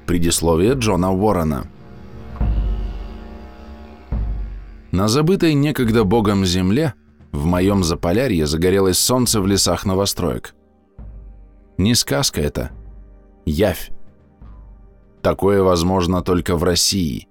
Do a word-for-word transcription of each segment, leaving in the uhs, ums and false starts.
Предисловие Джона Уоррена. На забытой некогда богом земле в моем Заполярье загорелось солнце в лесах новостроек. Не сказка это, явь. Такое возможно только в России.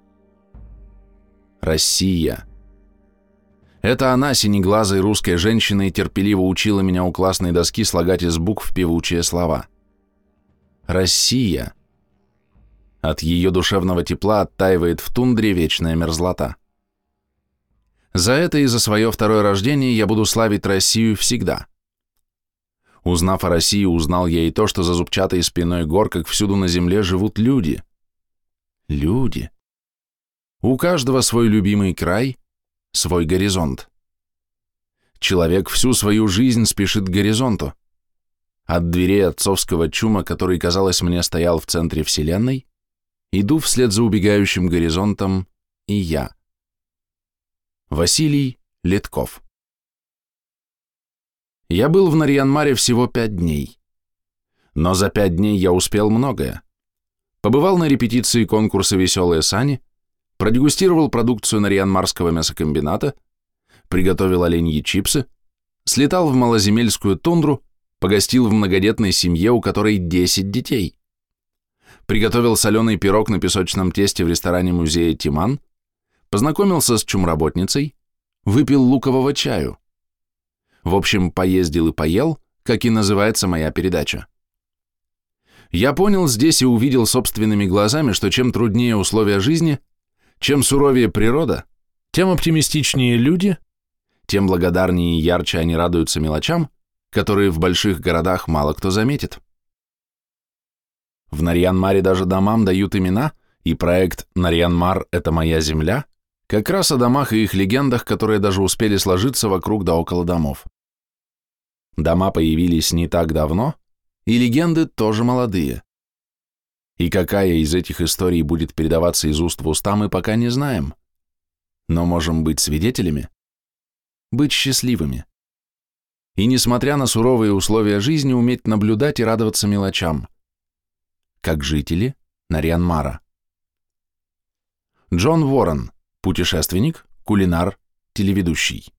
Россия. Это она, синеглазой русской женщиной, терпеливо учила меня у классной доски слагать из букв певучие слова. Россия. От ее душевного тепла оттаивает в тундре вечная мерзлота. За это и за свое второе рождение я буду славить Россию всегда. Узнав о России, узнал я и то, что за зубчатой спиной гор, как всюду на земле, живут люди. Люди. У каждого свой любимый край, свой горизонт. Человек всю свою жизнь спешит к горизонту. От дверей отцовского чума, который, казалось мне, стоял в центре вселенной, иду вслед за убегающим горизонтом и я. Василий Литков. Я был в Нарьян-Маре всего пять дней. Но за пять дней я успел многое. Побывал на репетиции конкурса «Веселые сани», продегустировал продукцию Нарьян-Марского мясокомбината, приготовил оленьи чипсы, слетал в малоземельскую тундру, погостил в многодетной семье, у которой десять детей. Приготовил соленый пирог на песочном тесте в ресторане музея Тиман, познакомился с чумработницей, выпил лукового чаю. В общем, поездил и поел, как и называется моя передача. Я понял здесь и увидел собственными глазами, что чем труднее условия жизни, чем суровее природа, тем оптимистичнее люди, тем благодарнее и ярче они радуются мелочам, которые в больших городах мало кто заметит. В Нарьян-Маре даже домам дают имена, и проект «Нарьян-Мар – это моя земля» как раз о домах и их легендах, которые даже успели сложиться вокруг да около домов. Дома появились не так давно, и легенды тоже молодые. И какая из этих историй будет передаваться из уст в уста, мы пока не знаем. Но можем быть свидетелями, быть счастливыми. И, несмотря на суровые условия жизни, уметь наблюдать и радоваться мелочам, как жители Нарьян-Мара. Джон Уоррен, путешественник, кулинар, телеведущий.